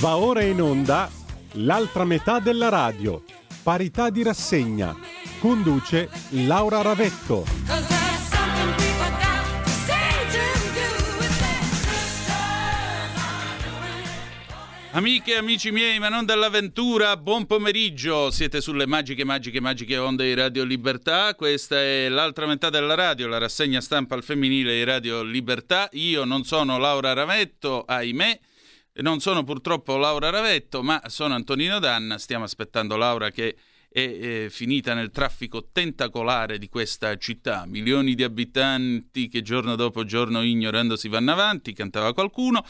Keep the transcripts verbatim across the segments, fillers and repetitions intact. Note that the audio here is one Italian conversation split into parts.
Va ora in onda l'altra metà della radio, parità di rassegna. Conduce Laura Ravetto. Amiche e amici miei, ma non dall'avventura, buon pomeriggio. Siete sulle magiche, magiche, magiche onde di Radio Libertà. Questa è l'altra metà della radio, la rassegna stampa al femminile di Radio Libertà. Io non sono Laura Ravetto, ahimè. Non sono purtroppo Laura Ravetto, ma sono Antonino Danna. Stiamo aspettando Laura che è, è finita nel traffico tentacolare di questa città. Milioni di abitanti che giorno dopo giorno ignorandosi vanno avanti, cantava qualcuno.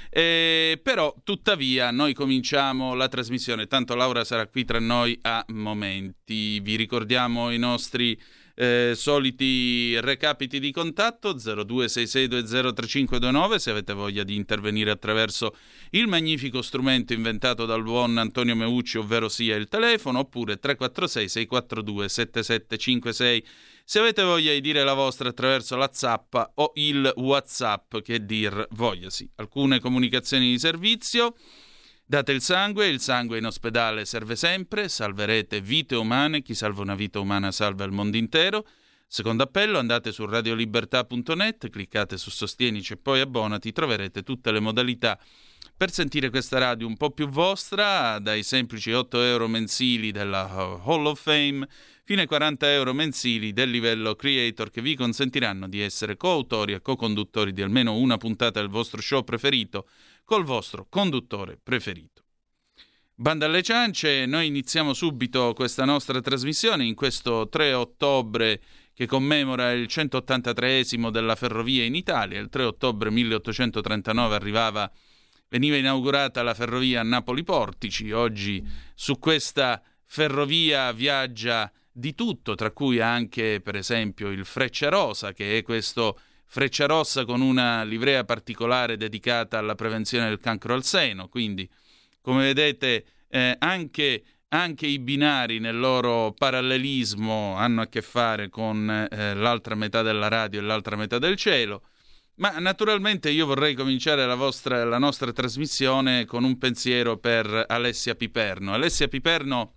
Eh, però tuttavia noi cominciamo la trasmissione, tanto Laura sarà qui tra noi a momenti. Vi ricordiamo i nostri eh, soliti recapiti di contatto: zero due sei sei due zero tre cinque due nove se avete voglia di intervenire attraverso il magnifico strumento inventato dal buon Antonio Meucci, ovvero sia il telefono, oppure tre quattro sei sei quattro due sette sette cinque sei se avete voglia di dire la vostra attraverso la zappa o il WhatsApp, che dir vogliasi. Alcune comunicazioni di servizio: date il sangue, il sangue in ospedale serve sempre, salverete vite umane, chi salva una vita umana salva il mondo intero. Secondo appello, andate su radiolibertà punto net, cliccate su Sostienici e poi abbonati, troverete tutte le modalità per sentire questa radio un po' più vostra, dai semplici otto euro mensili della Hall of Fame fino ai quaranta euro mensili del livello creator, che vi consentiranno di essere coautori e co-conduttori di almeno una puntata del vostro show preferito col vostro conduttore preferito. Banda alle ciance, noi iniziamo subito questa nostra trasmissione in questo tre ottobre che commemora il centottantatreesimo della ferrovia in Italia. Il tre ottobre milleottocentotrentanove arrivava, veniva inaugurata la ferrovia Napoli-Portici. Oggi su questa ferrovia viaggia di tutto, tra cui anche per esempio il Frecciarossa, che è questo Frecciarossa con una livrea particolare dedicata alla prevenzione del cancro al seno. Quindi, come vedete, eh, anche, anche i binari nel loro parallelismo hanno a che fare con eh, l'altra metà della radio e l'altra metà del cielo. Ma naturalmente io vorrei cominciare la, vostra, la nostra trasmissione con un pensiero per Alessia Piperno. Alessia Piperno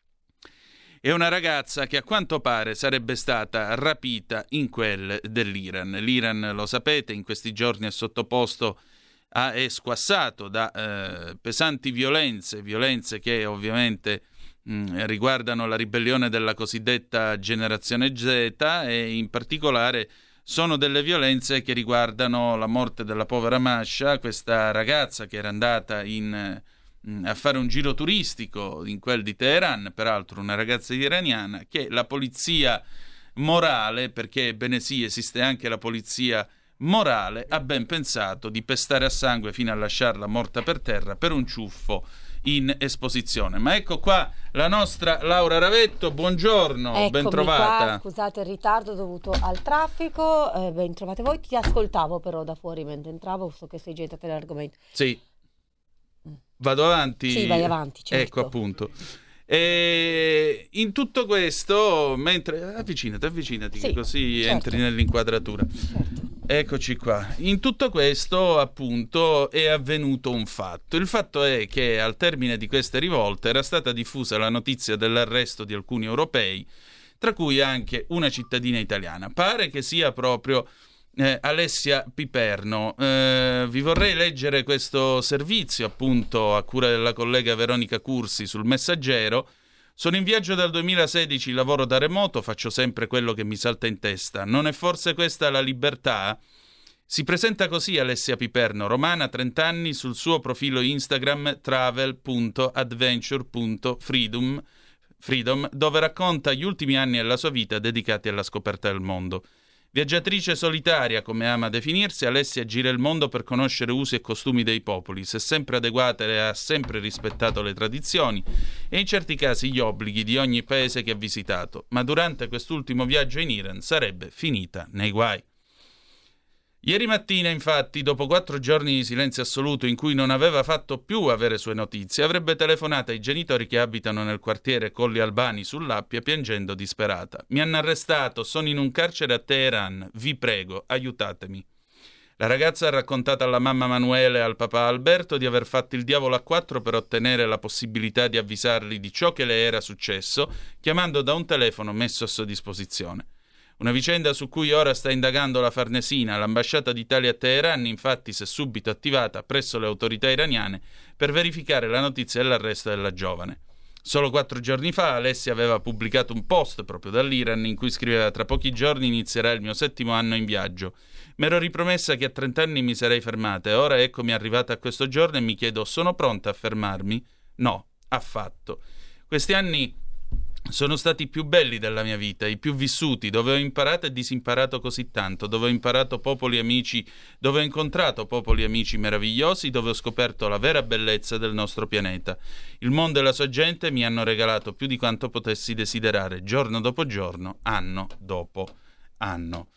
è una ragazza che a quanto pare sarebbe stata rapita in quel dell'Iran. L'Iran, lo sapete, in questi giorni è sottoposto a, è squassato da eh, pesanti violenze, violenze che ovviamente mh, riguardano la ribellione della cosiddetta generazione Z, e in particolare sono delle violenze che riguardano la morte della povera Masha, questa ragazza che era andata in... a fare un giro turistico in quel di Teheran, peraltro una ragazza iraniana, che la polizia morale, perché ebbene sì, esiste anche la polizia morale, ha ben pensato di pestare a sangue fino a lasciarla morta per terra per un ciuffo in esposizione. Ma ecco qua la nostra Laura Ravetto, buongiorno, Eccomi ben trovata. Qua, scusate il ritardo dovuto al traffico, eh, ben trovate voi, ti ascoltavo però da fuori mentre entravo, so che sei già entrata nell'argomento. Sì. Vado avanti? Sì, vai avanti, certo. Ecco, appunto. E in tutto questo, mentre... Avvicinati, avvicinati, sì, che così certo. entri nell'inquadratura. Certo. Eccoci qua. In tutto questo, appunto, è avvenuto un fatto. Il fatto è che al termine di queste rivolte era stata diffusa la notizia dell'arresto di alcuni europei, tra cui anche una cittadina italiana. Pare che sia proprio... Eh, Alessia Piperno. Eh, vi vorrei leggere questo servizio, appunto, a cura della collega Veronica Cursi sul Messaggero. Sono in viaggio dal duemilasedici, lavoro da remoto, faccio sempre quello che mi salta in testa. Non è forse questa la libertà? Si presenta così Alessia Piperno, romana, trenta anni, sul suo profilo Instagram travel punto adventure punto freedom, freedom, dove racconta gli ultimi anni della sua vita dedicati alla scoperta del mondo. Viaggiatrice solitaria, come ama definirsi, Alessia gira il mondo per conoscere usi e costumi dei popoli, si è sempre adeguata e ha sempre rispettato le tradizioni e in certi casi gli obblighi di ogni paese che ha visitato, ma durante quest'ultimo viaggio in Iran sarebbe finita nei guai. Ieri mattina, infatti, dopo quattro giorni di silenzio assoluto in cui non aveva fatto più avere sue notizie, avrebbe telefonato ai genitori che abitano nel quartiere Colli Albani sull'Appia piangendo disperata. Mi hanno arrestato, sono in un carcere a Teheran, vi prego, aiutatemi. La ragazza ha raccontato alla mamma Manuele e al papà Alberto di aver fatto il diavolo a quattro per ottenere la possibilità di avvisarli di ciò che le era successo, chiamando da un telefono messo a sua disposizione. Una vicenda su cui ora sta indagando la Farnesina. L'ambasciata d'Italia a Teheran infatti si è subito attivata presso le autorità iraniane per verificare la notizia dell'arresto della giovane. Solo quattro giorni fa Alessia aveva pubblicato un post proprio dall'Iran in cui scriveva: «Tra pochi giorni inizierà il mio settimo anno in viaggio. M'ero ripromessa che a trent'anni mi sarei fermata e ora eccomi arrivata a questo giorno e mi chiedo: sono pronta a fermarmi? No, affatto. Questi anni sono stati i più belli della mia vita, i più vissuti, dove ho imparato e disimparato così tanto, dove ho imparato popoli amici, dove ho incontrato popoli amici meravigliosi, dove ho scoperto la vera bellezza del nostro pianeta. Il mondo e la sua gente mi hanno regalato più di quanto potessi desiderare, giorno dopo giorno, anno dopo anno».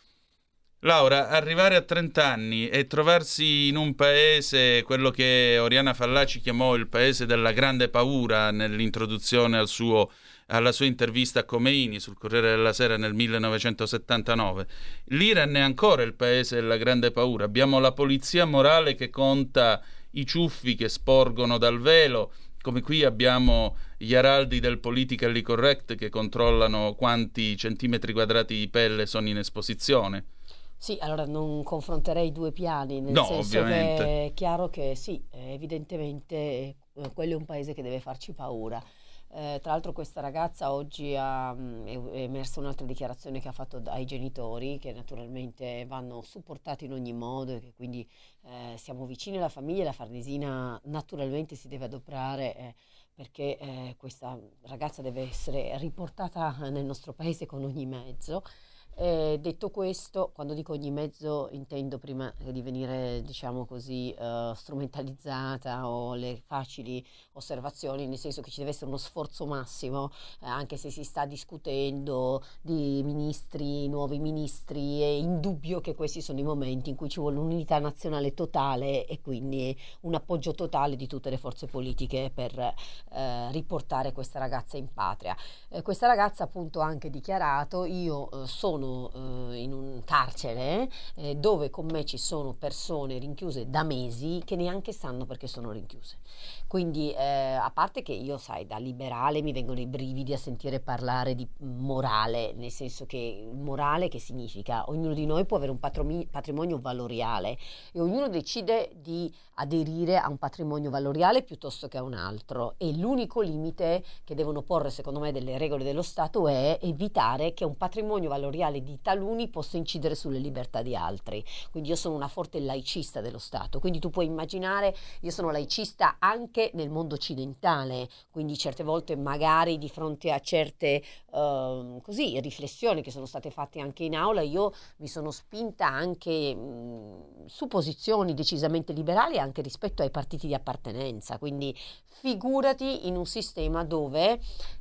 Laura, arrivare a trent'anni e trovarsi in un paese, quello che Oriana Fallaci chiamò il paese della grande paura nell'introduzione al suo, alla sua intervista a Khomeini sul Corriere della Sera nel millenovecentosettantanove. L'Iran è ancora il paese della grande paura. Abbiamo la polizia morale che conta i ciuffi che sporgono dal velo, come qui abbiamo gli araldi del politically correct che controllano quanti centimetri quadrati di pelle sono in esposizione. Sì, allora non confronterei i due piani, nel no, senso ovviamente. che è chiaro che sì, evidentemente eh, quello è un paese che deve farci paura. Eh, tra l'altro questa ragazza oggi ha, è, è emersa un'altra dichiarazione che ha fatto ai genitori, che naturalmente vanno supportati in ogni modo e che quindi eh, siamo vicini alla famiglia e la Farnesina naturalmente si deve adoperare eh, perché eh, questa ragazza deve essere riportata nel nostro paese con ogni mezzo. Eh, detto questo, quando dico ogni mezzo intendo, prima di venire diciamo così uh, strumentalizzata o le facili osservazioni, nel senso che ci deve essere uno sforzo massimo eh, anche se si sta discutendo di ministri, nuovi ministri, è indubbio che questi sono i momenti in cui ci vuole un'unità nazionale totale e quindi un appoggio totale di tutte le forze politiche per eh, riportare questa ragazza in patria. Eh, questa ragazza appunto ha anche dichiarato: io eh, sono Uh, in un carcere eh, dove con me ci sono persone rinchiuse da mesi che neanche sanno perché sono rinchiuse. Quindi eh, a parte che io, sai, da liberale mi vengono i brividi a sentire parlare di morale, nel senso che morale che significa ognuno di noi può avere un patromi- patrimonio valoriale e ognuno decide di aderire a un patrimonio valoriale piuttosto che a un altro, e l'unico limite che devono porre secondo me delle regole dello Stato è evitare che un patrimonio valoriale di taluni possa incidere sulle libertà di altri. Quindi io sono una forte laicista dello Stato, quindi tu puoi immaginare, io sono laicista anche nel mondo occidentale, quindi certe volte magari di fronte a certe uh, così riflessioni che sono state fatte anche in aula, io mi sono spinta anche mh, su posizioni decisamente liberali anche rispetto ai partiti di appartenenza. Quindi figurati in un sistema dove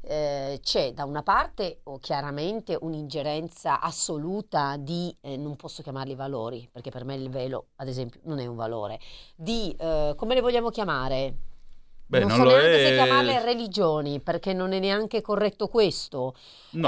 eh, c'è da una parte o chiaramente un'ingerenza assoluta di, eh, non posso chiamarli valori, perché per me il velo ad esempio non è un valore, di, eh, come le vogliamo chiamare? Beh, non, non so lo neanche è... se chiamarle religioni, perché non è neanche corretto questo. No.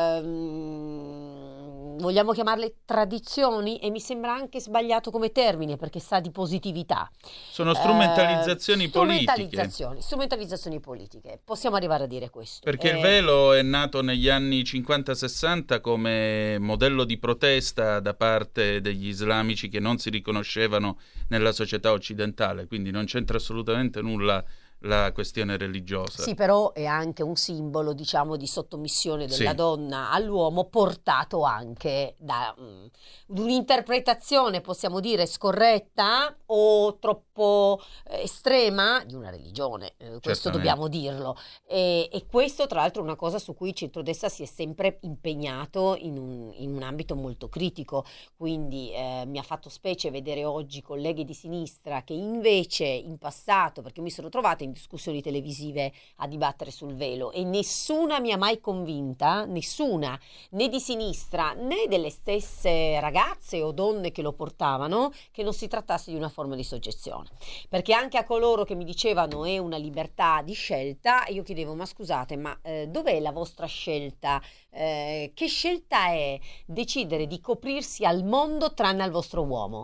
Ehm, vogliamo chiamarle tradizioni, e mi sembra anche sbagliato come termine perché sa di positività. Sono strumentalizzazioni eh, politiche. Strumentalizzazioni, strumentalizzazioni politiche. Possiamo arrivare a dire questo. Perché eh, il velo è nato negli anni cinquanta sessanta come modello di protesta da parte degli islamici che non si riconoscevano nella società occidentale, quindi non c'entra assolutamente nulla la questione religiosa. Sì, però è anche un simbolo, diciamo, di sottomissione della Sì. donna all'uomo, portato anche da um, un'interpretazione, possiamo dire, scorretta o troppo eh, estrema di una religione, eh, questo Certamente. dobbiamo dirlo. E, e questo, tra l'altro, è una cosa su cui il centrodestra si è sempre impegnato in un, in un ambito molto critico, quindi eh, mi ha fatto specie vedere oggi colleghi di sinistra che invece in passato, perché mi sono trovata in discussioni televisive a dibattere sul velo e nessuna mi ha mai convinta, nessuna, né di sinistra né delle stesse ragazze o donne che lo portavano, che non si trattasse di una forma di soggezione, perché anche a coloro che mi dicevano è una libertà di scelta, io chiedevo: ma scusate, ma eh, dov'è la vostra scelta? Eh, che scelta è decidere di coprirsi al mondo tranne al vostro uomo?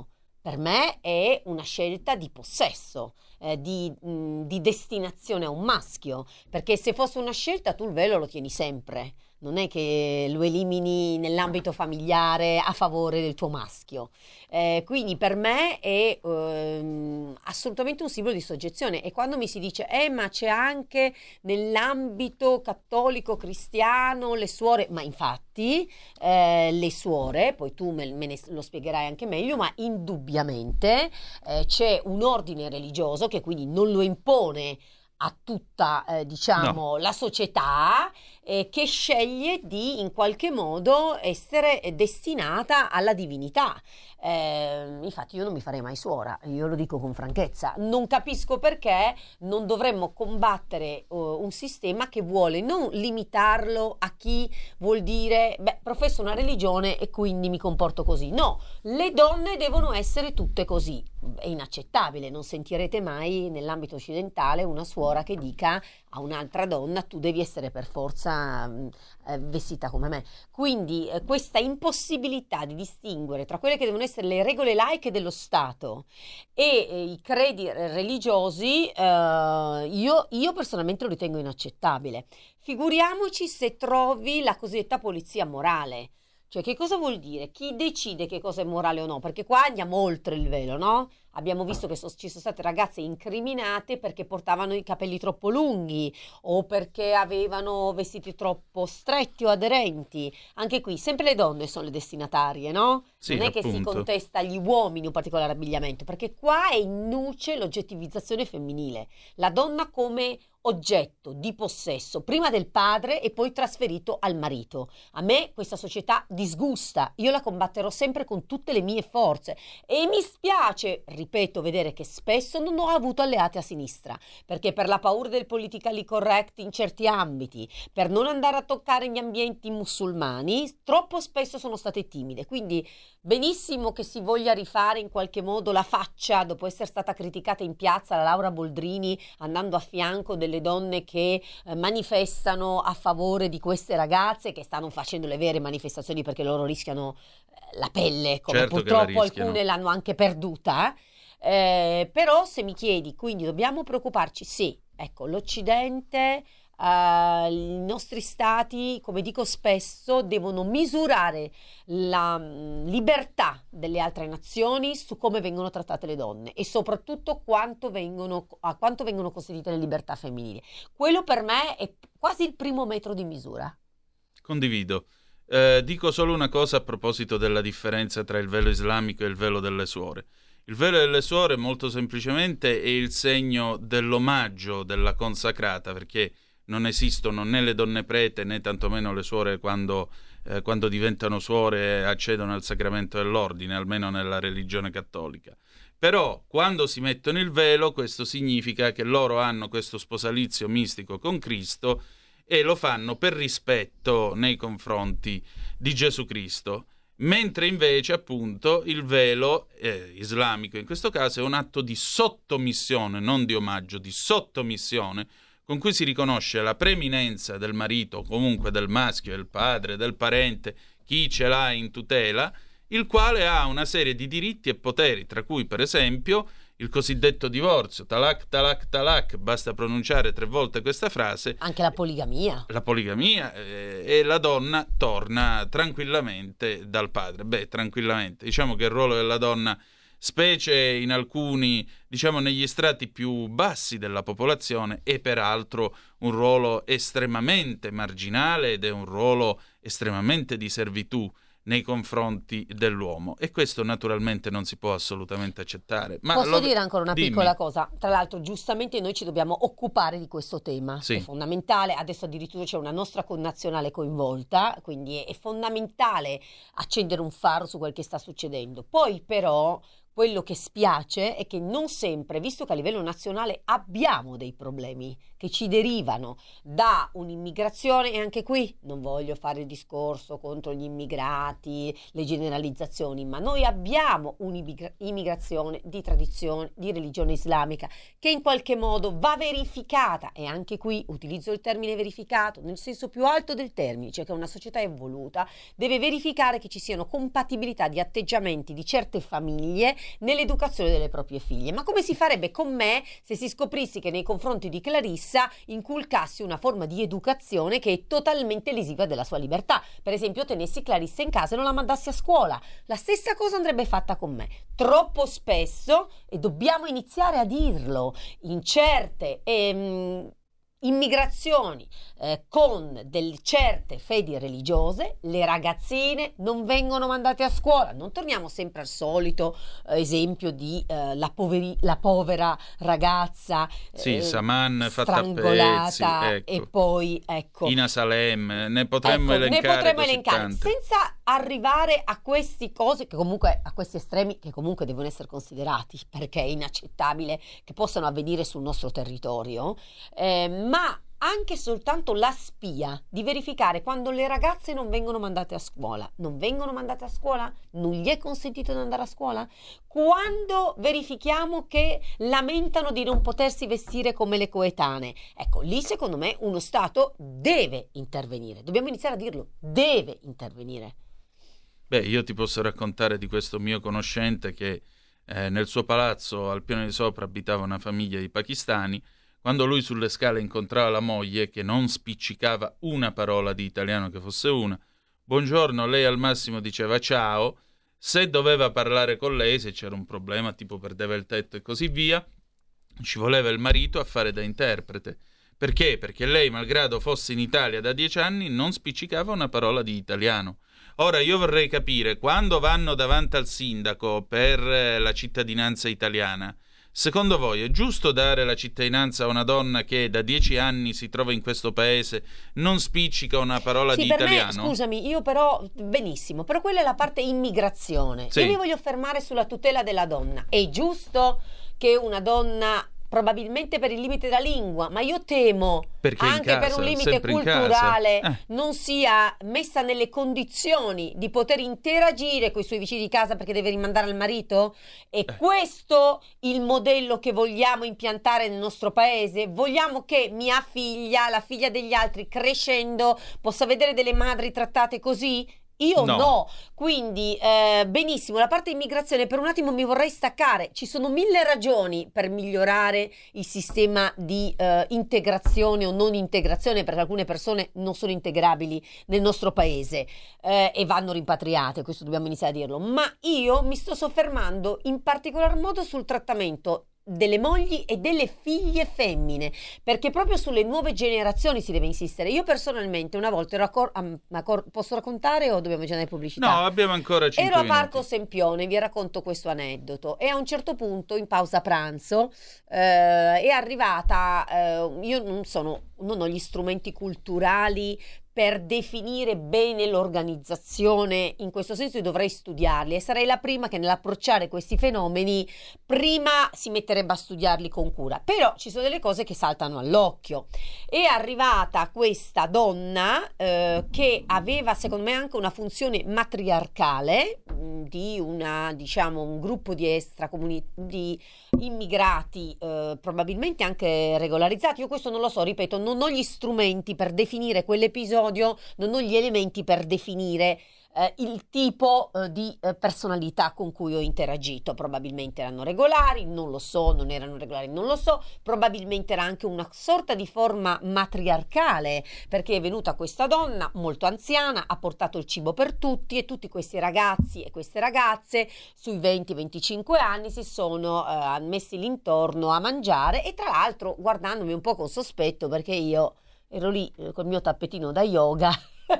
per me è una scelta di possesso, eh, di, mh, di destinazione a un maschio, perché se fosse una scelta tu il velo lo tieni sempre, non è che lo elimini nell'ambito familiare a favore del tuo maschio. Eh, quindi per me è ehm, assolutamente un simbolo di soggezione. E quando mi si dice eh ma c'è anche nell'ambito cattolico cristiano le suore, ma infatti eh, le suore, poi tu me, me ne lo spiegherai anche meglio, ma indubbiamente eh, c'è un ordine religioso che quindi non lo impone a tutta eh, diciamo no. la società, eh, che sceglie di in qualche modo essere destinata alla divinità. Eh, infatti io non mi farei mai suora, io lo dico con franchezza, non capisco perché non dovremmo combattere uh, un sistema che vuole non limitarlo a chi vuol dire beh professo una religione e quindi mi comporto così. No, le donne devono essere tutte così. È inaccettabile, non sentirete mai nell'ambito occidentale una suora che dica a un'altra donna tu devi essere per forza eh, vestita come me. Quindi eh, questa impossibilità di distinguere tra quelle che devono essere le regole laiche dello Stato e eh, i credi religiosi eh, io, io personalmente lo ritengo inaccettabile. Figuriamoci se trovi la cosiddetta polizia morale. Cioè, che cosa vuol dire? Chi decide che cosa è morale o no? Perché qua andiamo oltre il velo, no? Abbiamo visto che so- ci sono state ragazze incriminate perché portavano i capelli troppo lunghi o perché avevano vestiti troppo stretti o aderenti. Anche qui, sempre le donne sono le destinatarie, no? Sì, non è appunto. che si contesta agli uomini un particolare abbigliamento, perché qua è in nuce l'oggettivizzazione femminile. La donna come oggetto di possesso prima del padre e poi trasferito al marito. A me questa società disgusta, io la combatterò sempre con tutte le mie forze e mi spiace, ripeto, vedere che spesso non ho avuto alleati a sinistra, perché per la paura del politically correct in certi ambiti, per non andare a toccare gli ambienti musulmani, troppo spesso sono state timide. Quindi benissimo che si voglia rifare in qualche modo la faccia dopo essere stata criticata in piazza la Laura Boldrini andando a fianco delle donne che eh, manifestano a favore di queste ragazze che stanno facendo le vere manifestazioni perché loro rischiano eh, la pelle, come certo purtroppo alcune l'hanno anche perduta. Eh, però se mi chiedi, quindi dobbiamo preoccuparci? Sì, ecco, l'Occidente, Uh, i nostri stati, come dico spesso, devono misurare la mh, libertà delle altre nazioni su come vengono trattate le donne e soprattutto quanto vengono, a quanto vengono consentite le libertà femminili. Quello per me è quasi il primo metro di misura. Condivido. Eh, dico solo una cosa a proposito della differenza tra il velo islamico e il velo delle suore. Il velo delle suore molto semplicemente è il segno dell'omaggio della consacrata, perché non esistono né le donne prete né tantomeno le suore quando, eh, quando diventano suore e accedono al sacramento dell'ordine, almeno nella religione cattolica. Però quando si mettono il velo questo significa che loro hanno questo sposalizio mistico con Cristo e lo fanno per rispetto nei confronti di Gesù Cristo. Mentre invece appunto il velo eh, islamico in questo caso è un atto di sottomissione, non di omaggio, di sottomissione, con cui si riconosce la preeminenza del marito, comunque del maschio, del padre, del parente, chi ce l'ha in tutela, il quale ha una serie di diritti e poteri, tra cui per esempio il cosiddetto divorzio, talak, talak, talak, basta pronunciare tre volte questa frase. Anche la poligamia. La poligamia eh, e la donna torna tranquillamente dal padre. Beh, tranquillamente, diciamo che il ruolo della donna, specie in alcuni, diciamo negli strati più bassi della popolazione, è peraltro un ruolo estremamente marginale ed è un ruolo estremamente di servitù nei confronti dell'uomo e questo naturalmente non si può assolutamente accettare. Ma posso lo... dire ancora una Dimmi. piccola cosa? Tra l'altro giustamente noi ci dobbiamo occupare di questo tema, sì. È fondamentale, adesso addirittura c'è una nostra connazionale coinvolta, quindi è, è fondamentale accendere un faro su quel che sta succedendo. Poi però quello che spiace è che non sempre, visto che a livello nazionale abbiamo dei problemi che ci derivano da un'immigrazione, e anche qui non voglio fare il discorso contro gli immigrati, le generalizzazioni, ma noi abbiamo un'immigrazione di tradizione, di religione islamica, che in qualche modo va verificata, e anche qui utilizzo il termine verificato nel senso più alto del termine, cioè che una società evoluta deve verificare che ci siano compatibilità di atteggiamenti di certe famiglie nell'educazione delle proprie figlie. Ma come si farebbe con me se si scoprissi che nei confronti di Clarissa inculcassi una forma di educazione che è totalmente lesiva della sua libertà? Per esempio, tenessi Clarissa in casa e non la mandassi a scuola. La stessa cosa andrebbe fatta con me. Troppo spesso, e dobbiamo iniziare a dirlo, in certe ehm, immigrazioni eh, con delle certe fedi religiose, le ragazzine non vengono mandate a scuola. Non torniamo sempre al solito eh, esempio di eh, la, poveri- la povera ragazza sì, eh, Saman fatta strangolata a pezzi, ecco. E poi ecco Ina Salem, ne potremmo ecco, elencare, ne potremmo così elencare tante. senza arrivare a queste cose che comunque, a questi estremi che comunque devono essere considerati, perché è inaccettabile che possano avvenire sul nostro territorio, eh, ma anche soltanto la spia di verificare quando le ragazze non vengono mandate a scuola. Non vengono mandate a scuola? Non gli è consentito di andare a scuola? Quando verifichiamo che lamentano di non potersi vestire come le coetanee, ecco, lì secondo me uno Stato deve intervenire. Dobbiamo iniziare a dirlo, deve intervenire. Beh, io ti posso raccontare di questo mio conoscente che eh, nel suo palazzo al piano di sopra abitava una famiglia di pakistani. Quando lui sulle scale incontrava la moglie, che non spiccicava una parola di italiano che fosse una, buongiorno, lei al massimo diceva ciao, se doveva parlare con lei, se c'era un problema, tipo perdeva il tetto e così via, ci voleva il marito a fare da interprete. Perché? Perché lei, malgrado fosse in Italia da dieci anni, non spiccicava una parola di italiano. Ora, io vorrei capire, quando vanno davanti al sindaco per la cittadinanza italiana, secondo voi è giusto dare la cittadinanza a una donna che da dieci anni si trova in questo paese, non spiccica una parola sì, di per italiano? Me, scusami, io però, benissimo, però quella è la parte immigrazione. Sì. Io mi voglio fermare sulla tutela della donna. È giusto che una donna, probabilmente per il limite della lingua, ma io temo Perché in anche casa, per un limite sempre in culturale, casa. Eh. non sia messa nelle condizioni di poter interagire con i suoi vicini di casa perché deve rimandare al marito? È Eh. questo il modello che vogliamo impiantare nel nostro paese? Vogliamo che mia figlia, la figlia degli altri, crescendo, possa vedere delle madri trattate così? Io no, No. Quindi eh, benissimo, la parte immigrazione per un attimo mi vorrei staccare. Ci sono mille ragioni per migliorare il sistema di eh, integrazione o non integrazione, perché alcune persone non sono integrabili nel nostro paese eh, e vanno rimpatriate, questo dobbiamo iniziare a dirlo, ma io mi sto soffermando in particolar modo sul trattamento delle mogli e delle figlie femmine, perché proprio sulle nuove generazioni si deve insistere. Io personalmente una volta ero a Cor- a Cor- posso raccontare o dobbiamo già andare in pubblicità? No, abbiamo ancora cinque Ero a minuti. Parco Sempione, vi racconto questo aneddoto, e a un certo punto in pausa pranzo eh, è arrivata, eh, io non sono, non ho gli strumenti culturali per definire bene l'organizzazione, in questo senso io dovrei studiarli e sarei la prima che nell'approcciare questi fenomeni prima si metterebbe a studiarli con cura, però ci sono delle cose che saltano all'occhio. È arrivata questa donna eh, che aveva secondo me anche una funzione matriarcale mh, di una, diciamo, un gruppo di extracomuni- di immigrati eh, probabilmente anche regolarizzati, io questo non lo so, ripeto, non ho gli strumenti per definire quell'episodio, non ho gli elementi per definire eh, il tipo eh, di eh, personalità con cui ho interagito. Probabilmente erano regolari, non lo so, non erano regolari, non lo so, probabilmente era anche una sorta di forma matriarcale, perché è venuta questa donna molto anziana, ha portato il cibo per tutti e tutti questi ragazzi e queste ragazze sui venti venticinque anni si sono eh, messi l'intorno a mangiare, e tra l'altro guardandomi un po' con sospetto, perché io ero lì eh, col mio tappetino da yoga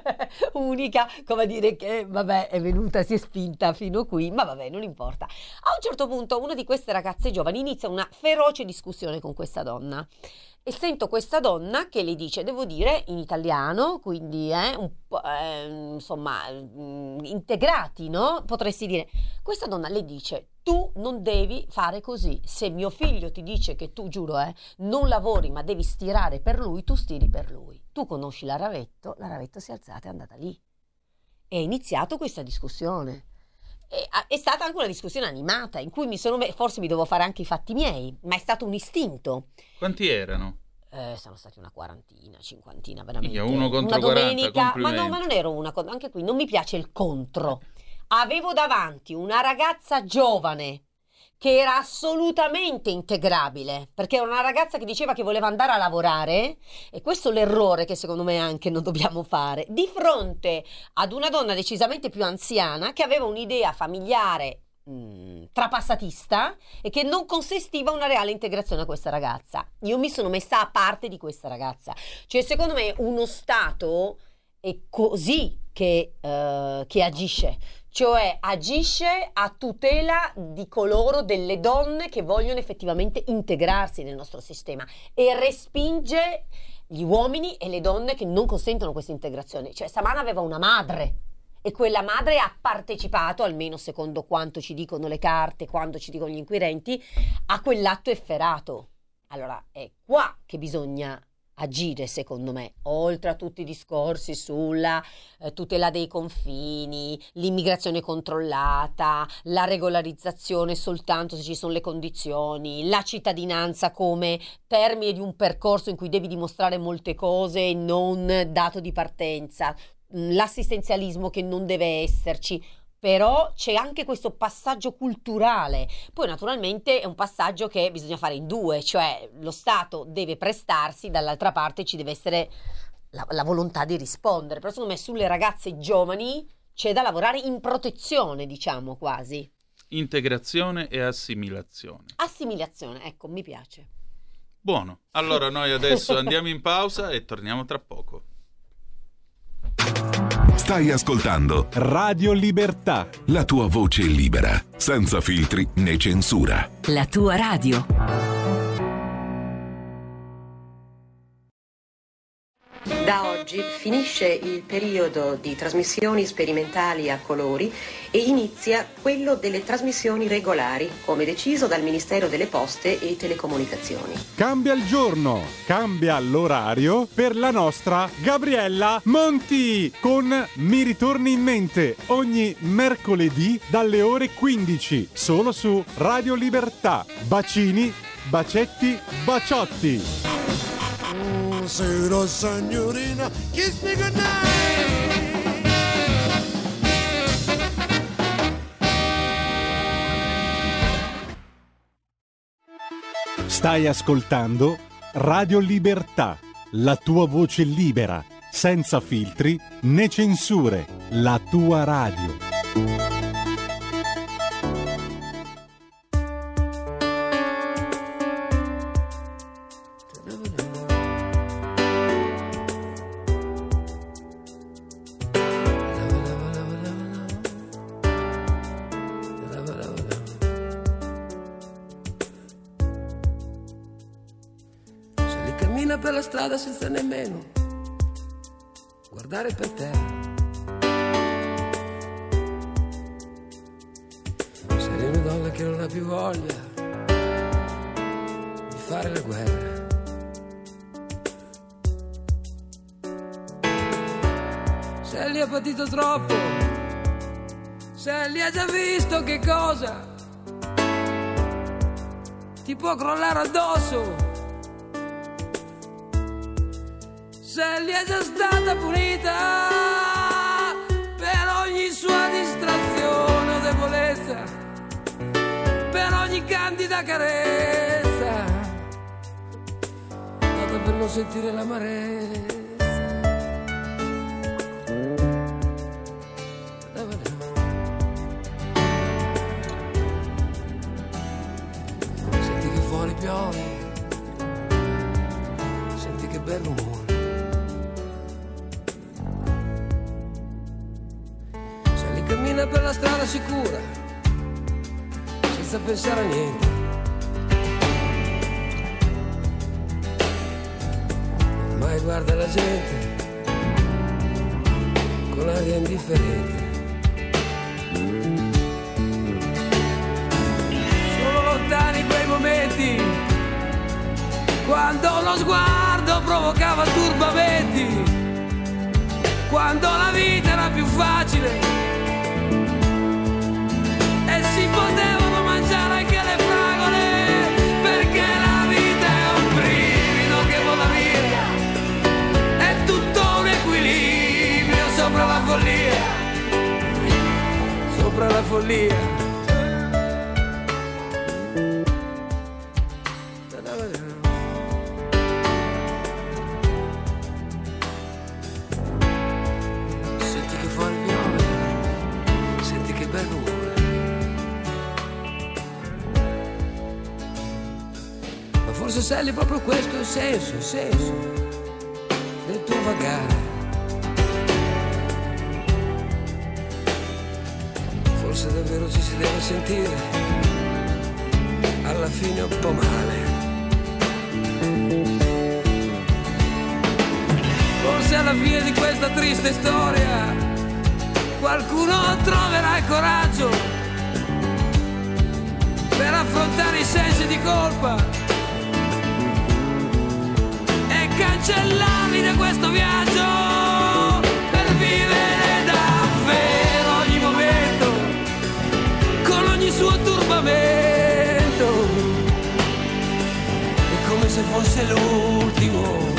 unica, come a dire che vabbè, è venuta, si è spinta fino qui, ma vabbè, non importa. A un certo punto una di queste ragazze giovani inizia una feroce discussione con questa donna e sento questa donna che le dice, devo dire in italiano, quindi eh, un po', eh, insomma mh, integrati, no? Potresti dire, questa donna le dice, tu non devi fare così, se mio figlio ti dice che tu, giuro eh, non lavori ma devi stirare per lui, tu stiri per lui. Tu conosci la Ravetto, la Ravetto si è alzata e è andata lì. E è iniziato questa discussione. E, è stata anche una discussione animata, in cui mi sono, forse mi devo fare anche i fatti miei, ma è stato un istinto. Quanti erano? Eh, sono stati una quarantina, cinquantina, veramente. Uno contro una domenica, quaranta, ma no, ma non ero una, anche qui non mi piace il contro. Avevo davanti una ragazza giovane che era assolutamente integrabile, perché era una ragazza che diceva che voleva andare a lavorare, e questo è l'errore che secondo me anche non dobbiamo fare, di fronte ad una donna decisamente più anziana che aveva un'idea familiare mh, trapassatista e che non consentiva una reale integrazione a questa ragazza. Io mi sono messa a parte di questa ragazza, cioè secondo me uno Stato è così che, uh, che agisce, cioè agisce a tutela di coloro, delle donne che vogliono effettivamente integrarsi nel nostro sistema, e respinge gli uomini e le donne che non consentono questa integrazione. Cioè Samana aveva una madre e quella madre ha partecipato, almeno secondo quanto ci dicono le carte, quando ci dicono gli inquirenti, a quell'atto efferato. Allora è qua che bisogna agire, secondo me, oltre a tutti i discorsi sulla eh, tutela dei confini, l'immigrazione controllata, la regolarizzazione soltanto se ci sono le condizioni, la cittadinanza come termine di un percorso in cui devi dimostrare molte cose e non dato di partenza, l'assistenzialismo che non deve esserci. Però c'è anche questo passaggio culturale. Poi naturalmente è un passaggio che bisogna fare in due, cioè lo Stato deve prestarsi, dall'altra parte ci deve essere la, la volontà di rispondere. Però secondo me sulle ragazze giovani c'è da lavorare in protezione, diciamo, quasi. Integrazione e assimilazione. Assimilazione, ecco, mi piace. Buono, allora noi adesso andiamo in pausa e torniamo tra poco. Stai ascoltando Radio Libertà, la tua voce libera, senza filtri né censura. La tua radio. Da oggi finisce il periodo di trasmissioni sperimentali a colori e inizia quello delle trasmissioni regolari, come deciso dal Ministero delle Poste e Telecomunicazioni. Cambia il giorno, cambia l'orario per la nostra Gabriella Monti con Mi ritorni in mente ogni mercoledì dalle ore quindici, solo su Radio Libertà. Bacini, bacetti, baciotti. Buonasera signorina, kiss me goodnight. Stai ascoltando Radio Libertà, la tua voce libera, senza filtri né censure, la tua radio. Per la strada senza nemmeno guardare per terra. Sei una donna che non ha più voglia di fare la guerra. Se li ha patito troppo, se li ha già visto che cosa ti può crollare addosso. Se gli è già stata punita per ogni sua distrazione o debolezza, per ogni candida carezza, data per non sentire l'amarezza. Senti che fuori piove, senti che bel rumore. Cammina per la strada sicura, senza pensare a niente. Mai guarda la gente con aria indifferente. Sono lontani quei momenti quando lo sguardo provocava turbamenti, quando la vita era più facile e si potevano mangiare anche le fragole, perché la vita è un brivido che vola via, è tutto un equilibrio sopra la follia, sopra la follia. forse Sally proprio questo è il senso, il senso del tuo vagare. Forse davvero ci si deve sentire alla fine un po' male. Forse alla fine di questa triste storia qualcuno troverà il coraggio per affrontare i sensi di colpa e cancellarli da questo viaggio, per vivere davvero ogni momento con ogni suo turbamento. È come se fosse l'ultimo.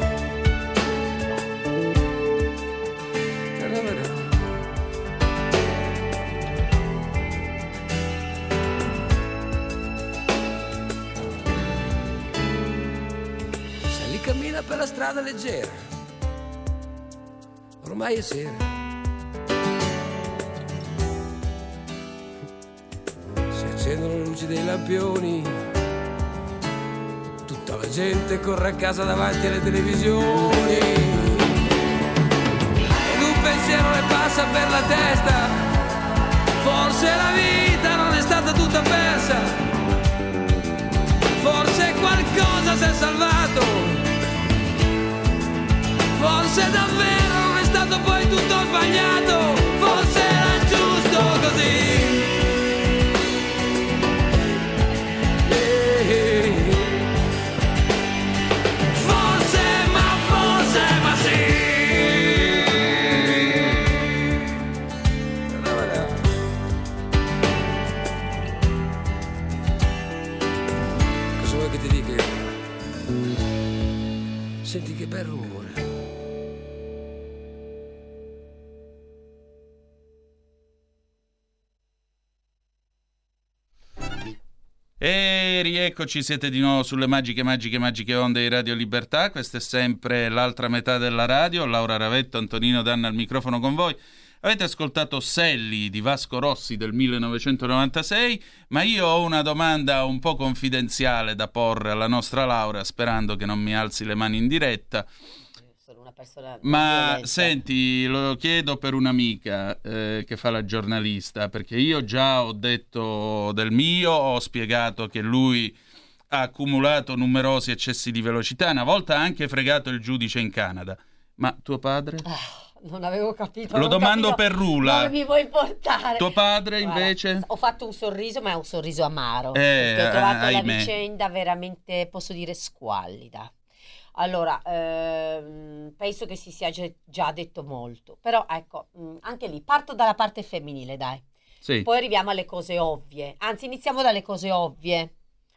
Cammina per la strada leggera, ormai è sera. Si accendono le luci dei lampioni, tutta la gente corre a casa davanti alle televisioni, ed un pensiero le passa per la testa: forse la vita non è stata tutta persa, forse qualcosa si è salvato, forse davvero non è stato poi tutto sbagliato, forse era giusto così. Yeah. Forse, ma forse, ma sì. Cosa vuoi che ti dica? Senti che bel rumore. E rieccoci, siete di nuovo sulle magiche, magiche, magiche onde di Radio Libertà. Questa è sempre l'altra metà della radio. Laura Ravetto, Antonino Danna al microfono con voi. Avete ascoltato Sally di Vasco Rossi del millenovecentonovantasei, ma io ho una domanda un po' confidenziale da porre alla nostra Laura, sperando che non mi alzi le mani in diretta. Una persona ma violenta. Senti, lo chiedo per un'amica eh, che fa la giornalista, perché io già ho detto del mio, ho spiegato che lui ha accumulato numerosi eccessi di velocità, una volta ha anche fregato il giudice in Canada. Ma tuo padre? Ah, non avevo capito. Lo avevo domando capito per Rula. Dove mi vuoi portare? Tuo padre Guarda, invece? ho fatto un sorriso, ma è un sorriso amaro. Eh, perché ho trovato ahimè. la vicenda veramente, posso dire, squallida. Allora, ehm, penso che si sia già- già detto molto, però ecco, mh, anche lì parto dalla parte femminile, dai. Sì. Poi arriviamo alle cose ovvie, anzi iniziamo dalle cose ovvie.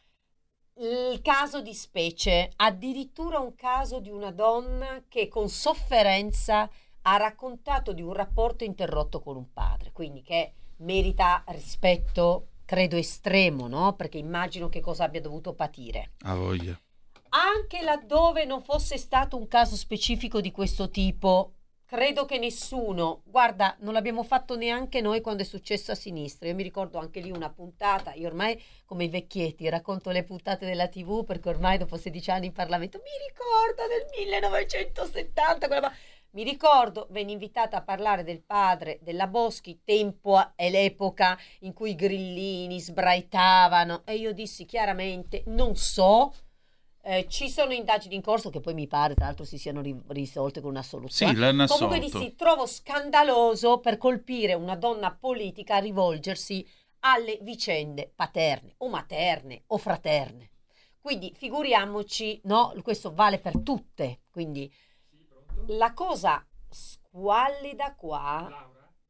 Il caso di specie, addirittura un caso di una donna che con sofferenza ha raccontato di un rapporto interrotto con un padre, quindi che merita rispetto, credo, estremo, no? Perché immagino che cosa abbia dovuto patire. A voglia. Anche laddove non fosse stato un caso specifico di questo tipo, credo che nessuno, guarda, non l'abbiamo fatto neanche noi quando è successo a sinistra. Io mi ricordo anche lì una puntata, io ormai come i vecchietti racconto le puntate della tivù perché ormai dopo sedici anni in Parlamento mi ricordo del millenovecentosettanta, quella... mi ricordo, venne invitata a parlare del padre della Boschi, tempo e l'epoca in cui i grillini sbraitavano, e io dissi chiaramente non so. Eh, ci sono indagini in corso che poi mi pare tra l'altro si siano ri- risolte con una soluzione. Sì, l'hanno Comunque assolto. dissi, trovo scandaloso per colpire una donna politica rivolgersi alle vicende paterne o materne o fraterne. Quindi figuriamoci, no, questo vale per tutte. Quindi la cosa squallida qua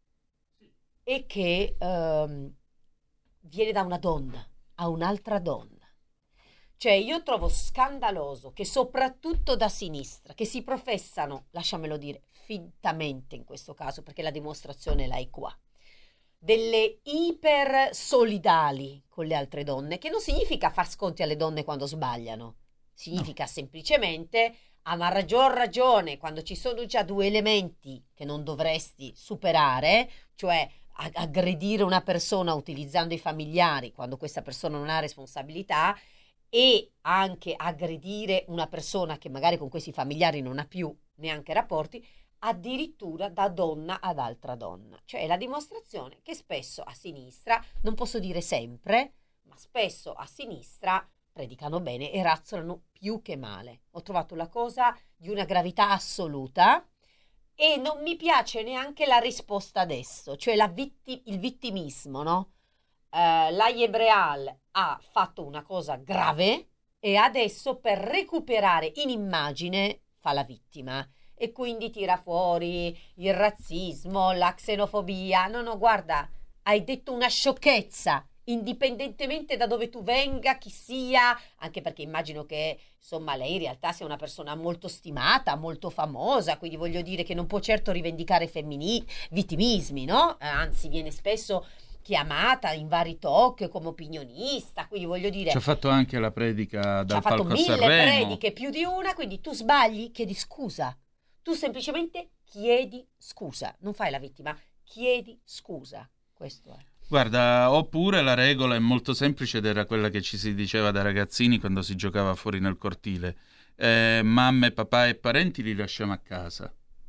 è che ehm, viene da una donna a un'altra donna. Cioè io trovo scandaloso che soprattutto da sinistra, che si professano, lasciamelo dire, fintamente in questo caso, perché la dimostrazione l'hai qua, delle iper solidali con le altre donne, che non significa far sconti alle donne quando sbagliano, significa no. semplicemente a maggior ragione quando ci sono già due elementi che non dovresti superare, cioè aggredire una persona utilizzando i familiari quando questa persona non ha responsabilità, e anche aggredire una persona che magari con questi familiari non ha più neanche rapporti, addirittura da donna ad altra donna. Cioè è la dimostrazione che spesso a sinistra, non posso dire sempre, ma spesso a sinistra predicano bene e razzolano più che male. Ho trovato la cosa di una gravità assoluta e non mi piace neanche la risposta adesso, cioè la vitti- il vittimismo, no? Uh, la Yebreal ha fatto una cosa grave e adesso per recuperare in immagine fa la vittima e quindi tira fuori il razzismo, la xenofobia. No, no, guarda, hai detto una sciocchezza, indipendentemente da dove tu venga, chi sia, anche perché immagino che insomma lei in realtà sia una persona molto stimata, molto famosa, quindi voglio dire che non può certo rivendicare femmini- vittimismi, no? Eh, anzi viene spesso chiamata in vari talk come opinionista, quindi voglio dire ci ha fatto anche la predica dal ci ha fatto palco mille Sanremo. prediche, più di una, quindi tu sbagli, chiedi scusa, tu semplicemente chiedi scusa, non fai la vittima, chiedi scusa, questo è. Guarda, oppure la regola è molto semplice ed era quella che ci si diceva da ragazzini quando si giocava fuori nel cortile: eh, mamma e papà e parenti li lasciamo a casa.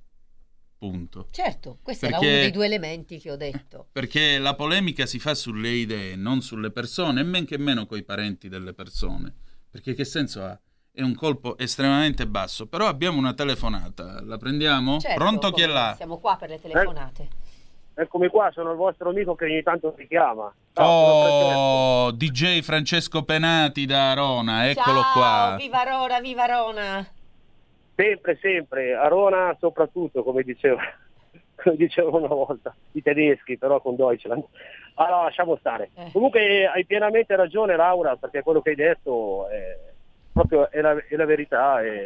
Punto. Certo, questo Perché- era uno dei due elementi che ho detto. Perché la polemica si fa sulle idee, non sulle persone, e men che meno coi parenti delle persone. Perché che senso ha? È un colpo estremamente basso. Però abbiamo una telefonata, la prendiamo? Certo, Pronto, chi è come- là? Siamo qua per le telefonate. Eccomi qua, sono il vostro amico che ogni tanto si chiama. Ciao, sono Francesco. Oh, D J Francesco Penati da Arona, eccolo Ciao, qua. viva Rona, viva Rona. Sempre, sempre, Arona soprattutto, come diceva, come dicevano una volta i tedeschi, però con Deutschland. Allora, lasciamo stare. Eh. Comunque hai pienamente ragione, Laura, perché quello che hai detto è proprio è la, è la verità, è,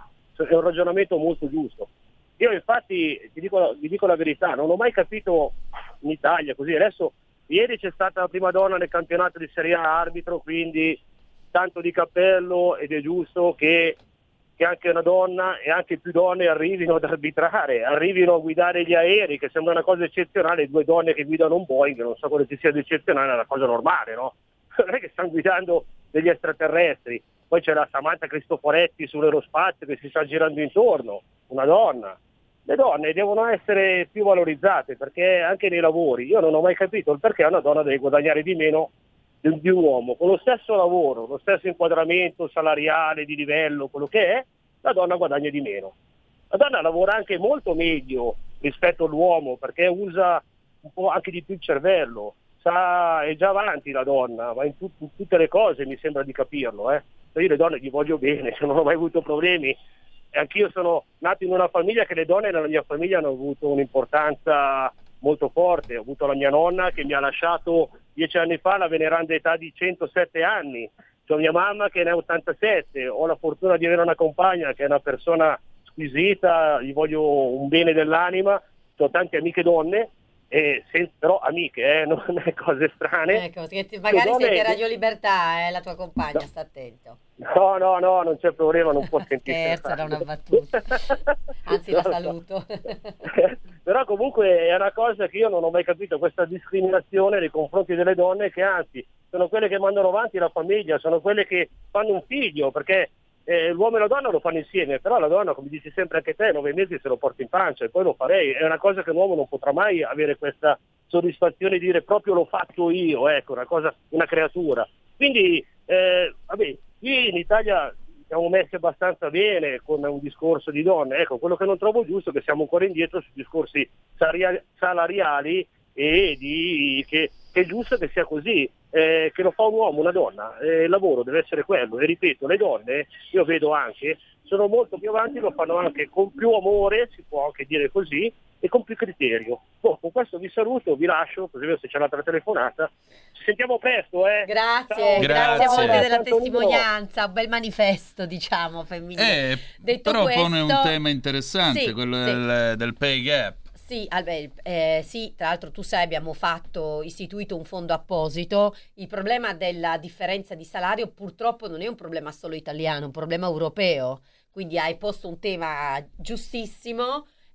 è un ragionamento molto giusto. Io infatti ti dico, ti dico la verità, non ho mai capito in Italia così. Adesso ieri c'è stata la prima donna nel campionato di Serie A arbitro, quindi tanto di cappello, ed è giusto che, che anche una donna e anche più donne arrivino ad arbitrare, arrivino a guidare gli aerei, che sembra una cosa eccezionale. Due donne che guidano un Boeing, non so cosa ci sia di eccezionale, è una cosa normale, no? Non è che stanno guidando degli extraterrestri. Poi c'è la Samantha Cristoforetti sull'aerospazio che si sta girando intorno, una donna. Le donne devono essere più valorizzate, perché anche nei lavori, io non ho mai capito il perché una donna deve guadagnare di meno di, di un uomo. Con lo stesso lavoro, lo stesso inquadramento salariale, di livello, quello che è, la donna guadagna di meno. La donna lavora anche molto meglio rispetto all'uomo, perché usa un po' anche di più il cervello, sa, è già avanti la donna, ma in, tut- in tutte le cose mi sembra di capirlo. Eh. Io le donne gli voglio bene, non ho mai avuto problemi. E anch'io sono nato in una famiglia che le donne nella mia famiglia hanno avuto un'importanza molto forte. Ho avuto la mia nonna che mi ha lasciato dieci anni fa alla veneranda età di centosette anni. C'ho mia mamma che ne ha ottantasette. Ho la fortuna di avere una compagna che è una persona squisita, gli voglio un bene dell'anima. Ho tante amiche donne, e sen- però amiche, eh, non è cose strane. Ecco, che ti- magari donne- sente Radio Libertà, eh, la tua compagna, No. sta attento. No, no, no, non c'è problema, non può sentire. Scherzo, era una battuta. Anzi, la No, no. saluto. Però comunque è una cosa che io non ho mai capito, questa discriminazione nei confronti delle donne, che anzi sono quelle che mandano avanti la famiglia, sono quelle che fanno un figlio, perché eh, l'uomo e la donna lo fanno insieme, però la donna, come dici sempre anche te, nove mesi se lo porta in pancia, e poi lo farei. È una cosa che un uomo non potrà mai avere, questa soddisfazione di dire proprio l'ho fatto io, ecco, una cosa, una creatura. Quindi eh, vabbè, qui in Italia siamo messi abbastanza bene con un discorso di donne. Ecco, quello che non trovo giusto è che siamo ancora indietro sui discorsi saria- salariali, e di che, che è giusto che sia così, eh, che lo fa un uomo, una donna, eh, il lavoro deve essere quello. E ripeto, le donne, io vedo anche, sono molto più avanti, lo fanno anche con più amore, si può anche dire così, e con più criterio. Boh, con questo vi saluto, vi lascio, così vedo se c'è l'altra telefonata. Ci sentiamo presto, eh. Grazie, Ciao. grazie, Grazie. molte della Tanto uno. testimonianza, un bel manifesto, diciamo, femminile. Eh, Detto però questo, pone un tema interessante, sì, quello sì. del, del pay gap. Sì, Albert, eh, sì, tra l'altro tu sai, abbiamo fatto, istituito un fondo apposito. Il problema della differenza di salario purtroppo non è un problema solo italiano, è un problema europeo. Quindi hai posto un tema giustissimo.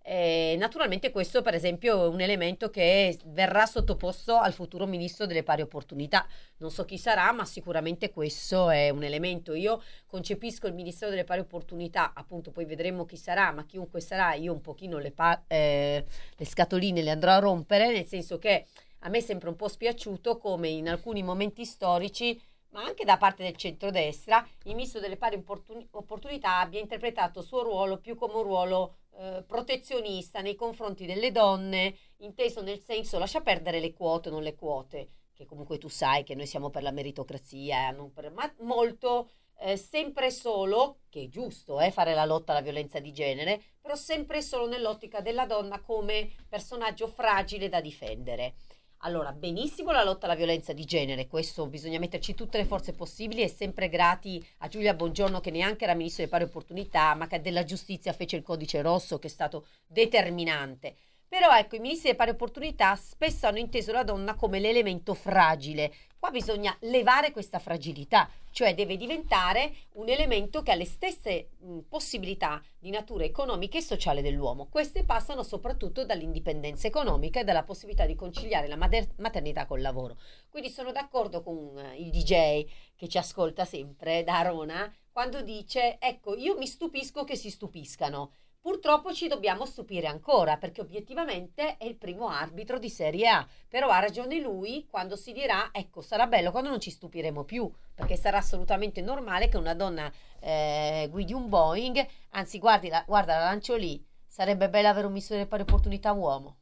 Eh, naturalmente questo per esempio è un elemento che verrà sottoposto al futuro ministro delle pari opportunità. Non so chi sarà, ma sicuramente questo è un elemento. Io concepisco il Ministero delle pari opportunità, appunto poi vedremo chi sarà, ma chiunque sarà io un pochino le, pa- eh, le scatoline le andrò a rompere, nel senso che a me è sempre un po' spiaciuto come in alcuni momenti storici, ma anche da parte del centrodestra, il ministro delle pari opportun- opportunità abbia interpretato il suo ruolo più come un ruolo eh, protezionista nei confronti delle donne, inteso nel senso lascia perdere le quote o non le quote, che comunque tu sai che noi siamo per la meritocrazia, non per, ma molto eh, sempre solo, che è giusto eh, fare la lotta alla violenza di genere, però sempre solo nell'ottica della donna come personaggio fragile da difendere. Allora, benissimo la lotta alla violenza di genere, questo bisogna metterci tutte le forze possibili e sempre grati a Giulia Bongiorno che neanche era ministro delle pari opportunità, ma che della giustizia fece il codice rosso che è stato determinante. Però ecco, i ministri delle pari opportunità spesso hanno inteso la donna come l'elemento fragile. Qua bisogna levare questa fragilità, cioè deve diventare un elemento che ha le stesse mh, possibilità di natura economica e sociale dell'uomo. Queste passano soprattutto dall'indipendenza economica e dalla possibilità di conciliare la mater- maternità col lavoro. Quindi sono d'accordo con uh, il D J che ci ascolta sempre da Arona quando dice, ecco, io mi stupisco che si stupiscano. Purtroppo ci dobbiamo stupire ancora perché obiettivamente è il primo arbitro di Serie A, però ha ragione lui quando si dirà ecco sarà bello quando non ci stupiremo più perché sarà assolutamente normale che una donna eh, guidi un Boeing, anzi guardi la, guarda la lancio lì, sarebbe bello avere un ministro delle pari opportunità uomo.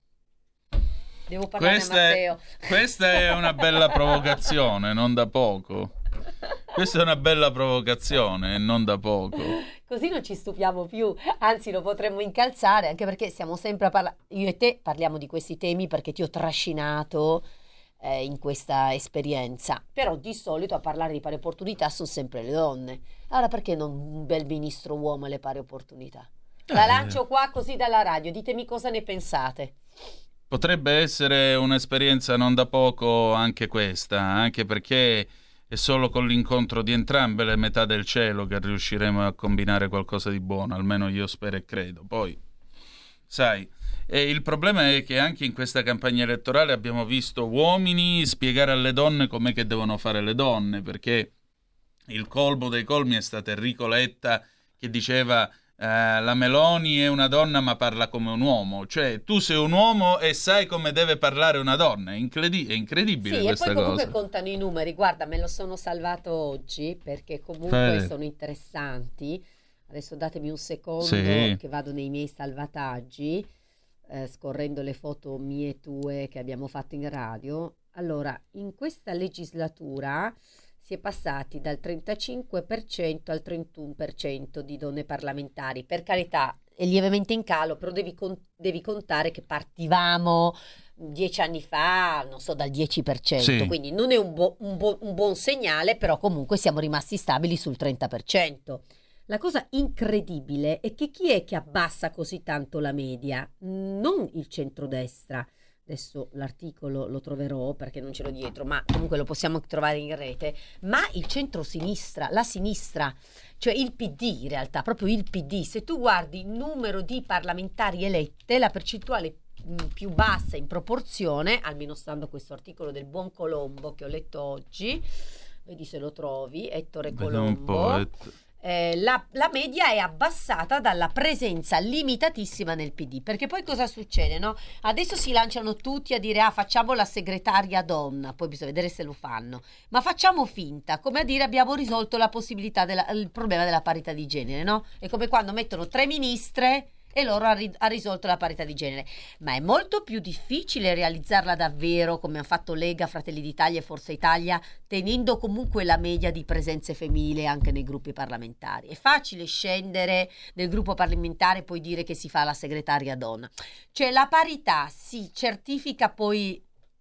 Devo parlare questa a Matteo. È, questa è una bella provocazione, non da poco. Questa è una bella provocazione, non da poco. Così non ci stupiamo più, anzi lo potremmo incalzare, anche perché stiamo sempre a parlare, io e te parliamo di questi temi perché ti ho trascinato eh, in questa esperienza, però di solito a parlare di pari opportunità sono sempre le donne. Allora perché non un bel ministro uomo alle pari opportunità? La Eh. lancio qua così dalla radio, ditemi cosa ne pensate. Potrebbe essere un'esperienza non da poco anche questa, anche perché è solo con l'incontro di entrambe le metà del cielo che riusciremo a combinare qualcosa di buono, almeno io spero e credo. Poi, sai, e il problema è che anche in questa campagna elettorale abbiamo visto uomini spiegare alle donne com'è che devono fare le donne, perché il colmo dei colmi è stata Enrico Letta che diceva eh, la Meloni è una donna ma parla come un uomo, cioè tu sei un uomo e sai come deve parlare una donna, è, incredi- è incredibile sì, questa e poi comunque cosa. contano i numeri, guarda me lo sono salvato oggi perché comunque Eh. sono interessanti. Adesso datemi un secondo Sì. che vado nei miei salvataggi, eh, scorrendo le foto mie e tue che abbiamo fatto in radio. Allora, in questa legislatura si è passati dal trentacinque per cento al trentuno per cento di donne parlamentari. Per carità, è lievemente in calo, però devi, con- devi contare che partivamo dieci anni fa, non so, dal dieci per cento, Sì. quindi non è un, bu- un bu- un buon segnale, però comunque siamo rimasti stabili sul trenta per cento. La cosa incredibile è che chi è che abbassa così tanto la media? Non il centrodestra. Adesso l'articolo lo troverò perché non ce l'ho dietro, ma comunque lo possiamo trovare in rete, ma il centro-sinistra, la sinistra, cioè il P D in realtà, proprio il P D. Se tu guardi il numero di parlamentari elette, la percentuale mh, più bassa in proporzione, almeno stando a questo articolo del buon Colombo che ho letto oggi, vedi se lo trovi, Ettore Vediamo un po', Colombo. et- Eh, la, la media è abbassata dalla presenza limitatissima nel P D, perché poi cosa succede, no? Adesso si lanciano tutti a dire ah facciamo la segretaria donna, poi bisogna vedere se lo fanno, ma facciamo finta, come a dire abbiamo risolto la possibilità della, il problema della parità di genere, no? È come quando mettono tre ministre e loro ha, ri- ha risolto la parità di genere, ma è molto più difficile realizzarla davvero come hanno fatto Lega, Fratelli d'Italia e Forza Italia, tenendo comunque la media di presenze femminili anche nei gruppi parlamentari. È facile scendere nel gruppo parlamentare e poi dire che si fa la segretaria donna, cioè la parità si certifica poi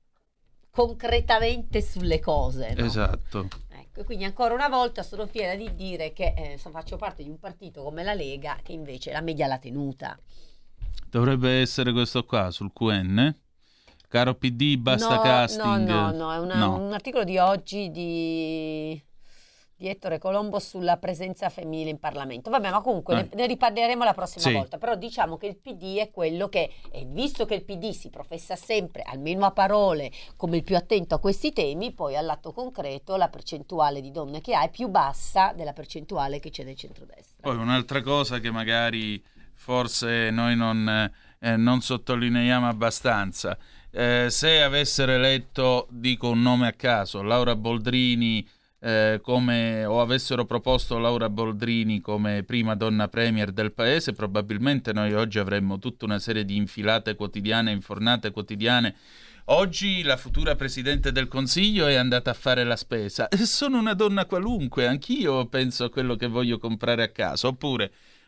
concretamente sulle cose, no? Esatto. Ecco, e quindi ancora una volta sono fiera di dire che eh, so, faccio parte di un partito come la Lega che invece la media l'ha tenuta. Dovrebbe essere questo qua sul Q N. Caro P D, basta no, casting. No, no, no, è una- No. un articolo di oggi di di Ettore Colombo sulla presenza femminile in Parlamento. Vabbè, ma comunque Eh. ne, ne riparleremo la prossima Sì. volta. Però diciamo che il P D è quello che, e visto che il P D si professa sempre, almeno a parole, come il più attento a questi temi, poi all'atto concreto la percentuale di donne che ha è più bassa della percentuale che c'è nel centrodestra. Poi un'altra cosa che magari forse noi non, eh, non sottolineiamo abbastanza, eh, se avessero eletto, dico un nome a caso, Laura Boldrini, eh, come, o avessero proposto Laura Boldrini come prima donna premier del paese, probabilmente noi oggi avremmo tutta una serie di infilate quotidiane, infornate quotidiane. Oggi la futura Presidente del Consiglio è andata a fare la spesa. Sono una donna qualunque, anch'io penso a quello che voglio comprare a casa. Oppure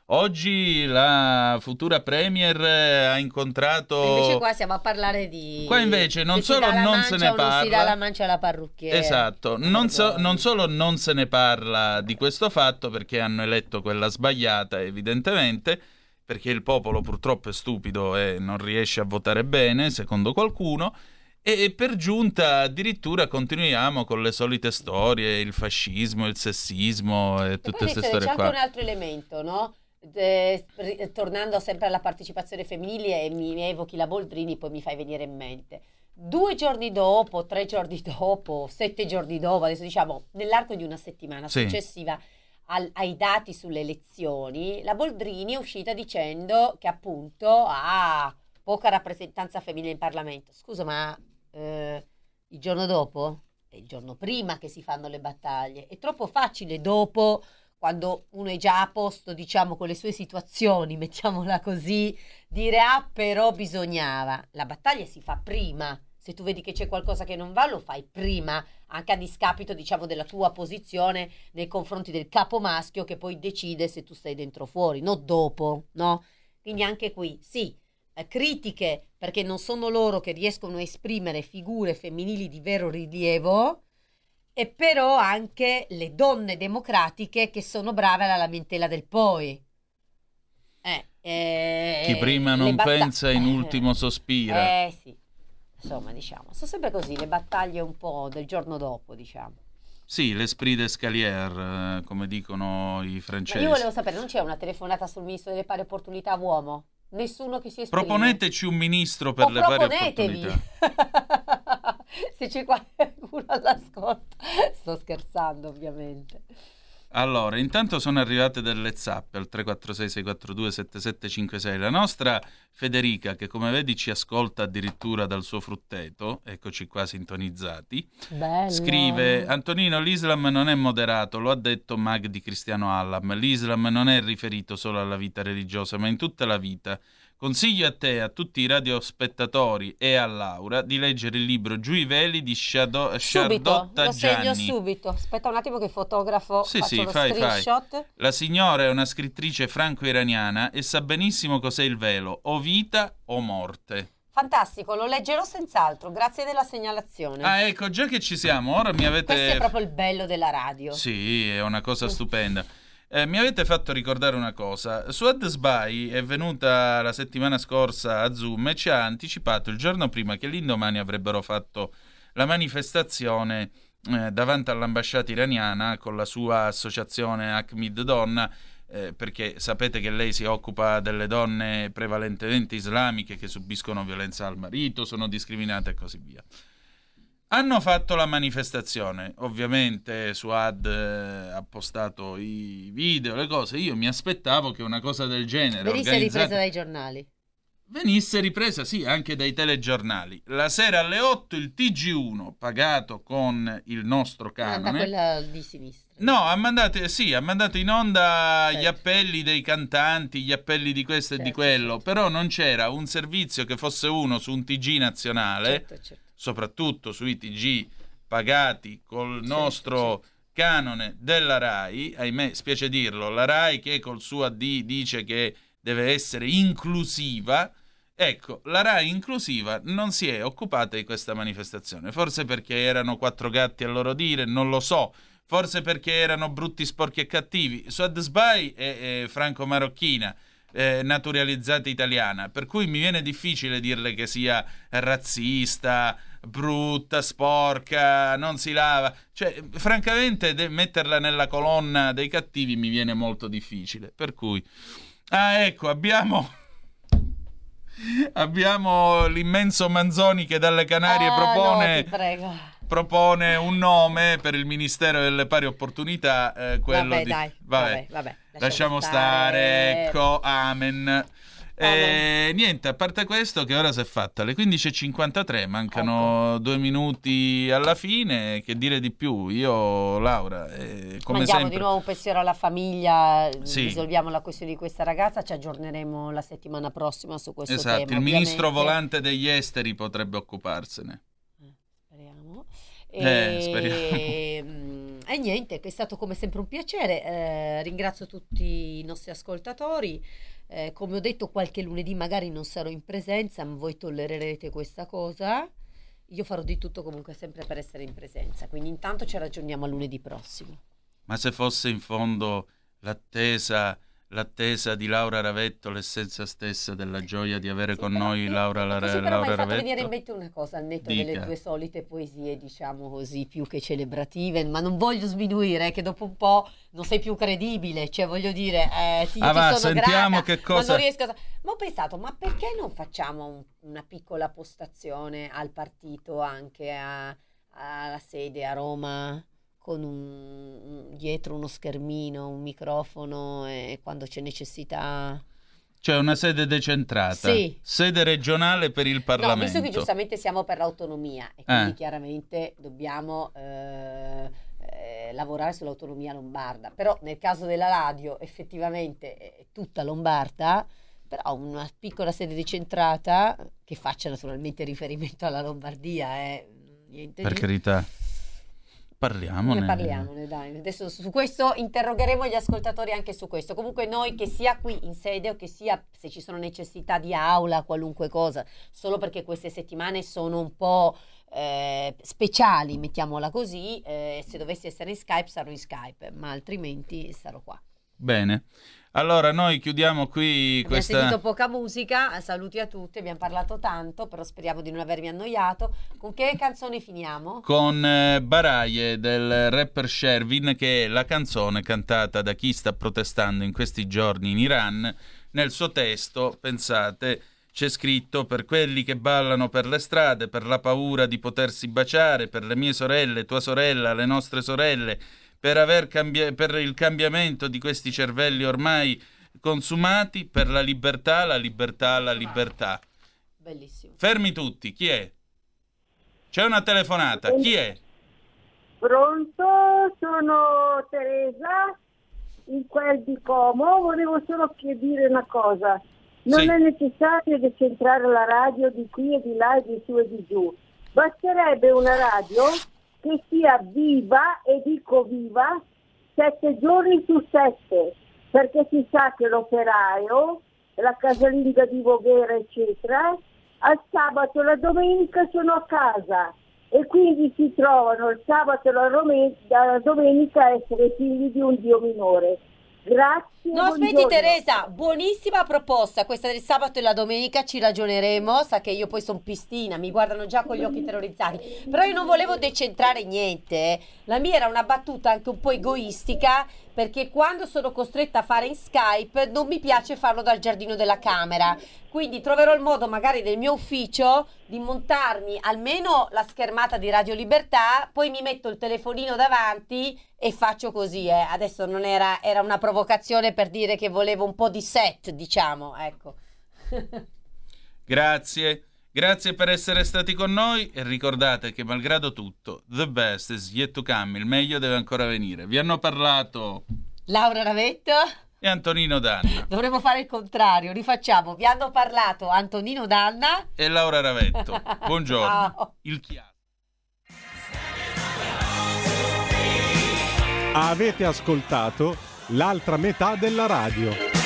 oggi la futura Premier eh, ha incontrato... Invece qua siamo a parlare di... Qua invece non se si solo dà la non mancia se ne o non si dà parla. la mancia alla parrucchiera. Esatto, non, so- non solo non se ne parla di questo fatto perché hanno eletto quella sbagliata, evidentemente, perché il popolo purtroppo è stupido e non riesce a votare bene, secondo qualcuno, e per giunta addirittura continuiamo con le solite storie, il fascismo, il sessismo e tutte Poi queste c'è storie anche qua. un altro elemento, no? De- ri- tornando sempre alla partecipazione femminile, e mi evochi la Boldrini, poi mi fai venire in mente. Due giorni dopo, tre giorni dopo, sette giorni dopo, adesso diciamo nell'arco di una settimana Sì. successiva al- ai dati sulle elezioni, la Boldrini è uscita dicendo che appunto ha poca rappresentanza femminile in Parlamento. Scusa, ma eh, il giorno dopo? È il giorno prima che si fanno le battaglie. È troppo facile dopo, quando uno è già a posto, diciamo, con le sue situazioni, mettiamola così, dire ah, però bisognava. La battaglia si fa prima. Se tu vedi che c'è qualcosa che non va, lo fai prima, anche a discapito, diciamo, della tua posizione nei confronti del capo maschio che poi decide se tu stai dentro o fuori, non dopo, no? Quindi anche qui, sì, eh, critiche, perché non sono loro che riescono a esprimere figure femminili di vero rilievo, e però anche le donne democratiche che sono brave alla lamentela del poi. Eh, eh, Chi prima le non batta- pensa in eh, ultimo sospira. Eh sì, insomma, diciamo, sono sempre così, le battaglie un po' del giorno dopo, diciamo. Sì, l'esprit d'escalier, eh, come dicono i Ma francesi. io volevo sapere, non c'è una telefonata sul ministro delle pari opportunità uomo? Nessuno che si esprime? Proponeteci un ministro per O le pari proponetevi. opportunità. Se c'è qualcuno all'ascolto. Sto scherzando, ovviamente. Allora, intanto sono arrivate delle zappe al tre quattro sei sei quattro due sette sette cinque sei. La nostra Federica, che come vedi ci ascolta addirittura dal suo frutteto, eccoci qua sintonizzati, Bello. scrive: Antonino, l'Islam non è moderato, lo ha detto Mag di Cristiano Hallam. L'Islam non è riferito solo alla vita religiosa, ma in tutta la vita. Consiglio a te, a tutti i radiospettatori e a Laura di leggere il libro Giù i veli di Shado- Subito, Charlotta lo segno Gianni. subito. Aspetta un attimo che fotografo, Sì, faccio sì, lo fai, fai. screenshot. La signora è una scrittrice franco-iraniana e sa benissimo cos'è il velo, o vita o morte. Fantastico, lo leggerò senz'altro, grazie della segnalazione. Ah, ecco, già che ci siamo, ora mi avete... Questo è proprio il bello della radio. Sì, è una cosa stupenda. Eh, mi avete fatto ricordare una cosa. Suad Sbai è venuta la settimana scorsa a Zoom e ci ha anticipato il giorno prima che l'indomani avrebbero fatto la manifestazione eh, davanti all'ambasciata iraniana con la sua associazione Ahmad Donna, eh, perché sapete che lei si occupa delle donne prevalentemente islamiche che subiscono violenza al marito, sono discriminate e così via. Hanno fatto la manifestazione, ovviamente Suad eh, ha postato i video, le cose. Io mi aspettavo che una cosa del genere Venisse organizzata ripresa dai giornali. venisse ripresa, sì, anche dai telegiornali. La sera alle otto il T G uno, pagato con il nostro Manda canone, quella di sinistra. no, ha mandato, sì, ha mandato in onda Certo. gli appelli dei cantanti, gli appelli di questo e di Certo, quello, certo. però non c'era un servizio che fosse uno su un T G nazionale, Certo, certo. soprattutto sui T G pagati col Certo, nostro canone della RAI. Ahimè, spiace dirlo, la RAI che col suo A D dice che deve essere inclusiva. Ecco, la RAI inclusiva non si è occupata di questa manifestazione, forse perché erano quattro gatti a loro dire, non lo so, forse perché erano brutti, sporchi e cattivi. Suad Sbai è, è franco-marocchina, eh, naturalizzata italiana, per cui mi viene difficile dirle che sia razzista, brutta, sporca, non si lava. Cioè, francamente, de- metterla nella colonna dei cattivi mi viene molto difficile. Per cui, ah, ecco, abbiamo. Abbiamo l'immenso Manzoni che dalle Canarie Ah, propone. no, ti prego. propone un nome per il Ministero delle Pari Opportunità, eh, quello Vabbè, di... dai, Vabbè, vabbè, vabbè, lasciamo lasciamo stare. stare, ecco, amen. E Amen. niente, a parte questo, che ora si è fatta? Alle quindici e cinquantatré, mancano ecco. due minuti alla fine, che dire di più? Io, Laura, eh, come Mandiamo sempre... di nuovo un pensiero alla famiglia, sì. risolviamo la questione di questa ragazza, ci aggiorneremo la settimana prossima su questo esatto, tema. il ministro ovviamente. volante degli esteri potrebbe occuparsene. Speriamo. Eh, E... speriamo. E niente, che è stato come sempre un piacere. Eh, ringrazio tutti i nostri ascoltatori. Eh, come ho detto, qualche lunedì magari non sarò in presenza, ma voi tollererete questa cosa. Io farò di tutto comunque sempre per essere in presenza. Quindi intanto ci raggiorniamo a lunedì prossimo. Ma se fosse in fondo l'attesa, l'attesa di Laura Ravetto, l'essenza stessa della gioia di avere Sì, con però, noi eh, Laura, così Laura, però mi hai Laura fatto Ravetto? venire in mente una cosa al netto Dica. delle tue solite poesie, diciamo così, più che celebrative, ma non voglio sminuire, che dopo un po' non sei più credibile, cioè voglio dire, eh, sì, io Ah, ti va, sono sentiamo grata, che ma cosa- non riesco a... Ma ho pensato, ma perché non facciamo un- una piccola postazione al partito anche a- alla sede a Roma, con un, un- dietro uno schermino, un microfono, e quando c'è necessità... Cioè una sede decentrata, Sì. sede regionale per il No, Parlamento. visto che giustamente siamo per l'autonomia e quindi Eh. chiaramente dobbiamo eh, eh, lavorare sull'autonomia lombarda, però nel caso della radio effettivamente è tutta lombarda, però una piccola sede decentrata che faccia naturalmente riferimento alla Lombardia, eh, niente Per di... carità, parliamone. Ne parliamone, dai. Adesso su questo interrogheremo gli ascoltatori anche su questo. Comunque noi, che sia qui in sede o che sia se ci sono necessità di aula, qualunque cosa, solo perché queste settimane sono un po' eh, speciali, mettiamola così, eh, se dovessi essere in Skype sarò in Skype, ma altrimenti sarò qua. Bene, allora noi chiudiamo qui Abbiamo questa... sentito poca musica, saluti a tutti, abbiamo parlato tanto, però speriamo di non avervi annoiato. Con che canzoni finiamo? con eh, Baraie del rapper Shervin, che è la canzone cantata da chi sta protestando in questi giorni in Iran. Nel suo testo, pensate, c'è scritto: per quelli che ballano per le strade, per la paura di potersi baciare, per le mie sorelle, tua sorella, le nostre sorelle, per, aver cambi- per il cambiamento di questi cervelli ormai consumati, per la libertà, la libertà, la libertà. Bellissimo. Fermi tutti, chi è? C'è una telefonata, chi è? Pronto, sono Teresa, in quel di Como. Volevo solo dire una cosa. Non Sì. è necessario decentrare la radio di qui e di là e di su e di giù. Basterebbe una radio che sia viva, e dico viva, sette giorni su sette, perché si sa che l'operaio, la casalinga di Voghera, eccetera, al sabato e la domenica sono a casa e quindi si trovano il sabato e la, rome- la domenica a essere figli di un dio minore. Grazie. No, aspetti buongiorno. Teresa, buonissima proposta questa del sabato e la domenica, ci ragioneremo, sa che io poi sono pistina, mi guardano già con gli occhi terrorizzati, però io non volevo decentrare niente, eh. La mia era una battuta anche un po' egoistica, perché quando sono costretta a fare in Skype non mi piace farlo dal giardino della camera, quindi troverò il modo magari nel mio ufficio di montarmi almeno la schermata di Radio Libertà, poi mi metto il telefonino davanti e faccio così, eh. Adesso non era, era una provocazione per dire che volevo un po' di set, diciamo, ecco. Grazie, grazie per essere stati con noi e ricordate che malgrado tutto, the best is yet to come, il meglio deve ancora venire. Vi hanno parlato Laura Ravetto? e Antonino Danna Dovremmo fare il contrario, rifacciamo. Vi hanno parlato Antonino Danna e Laura Ravetto. Buongiorno. Ciao. Il chiaro. Avete ascoltato l'altra metà della radio.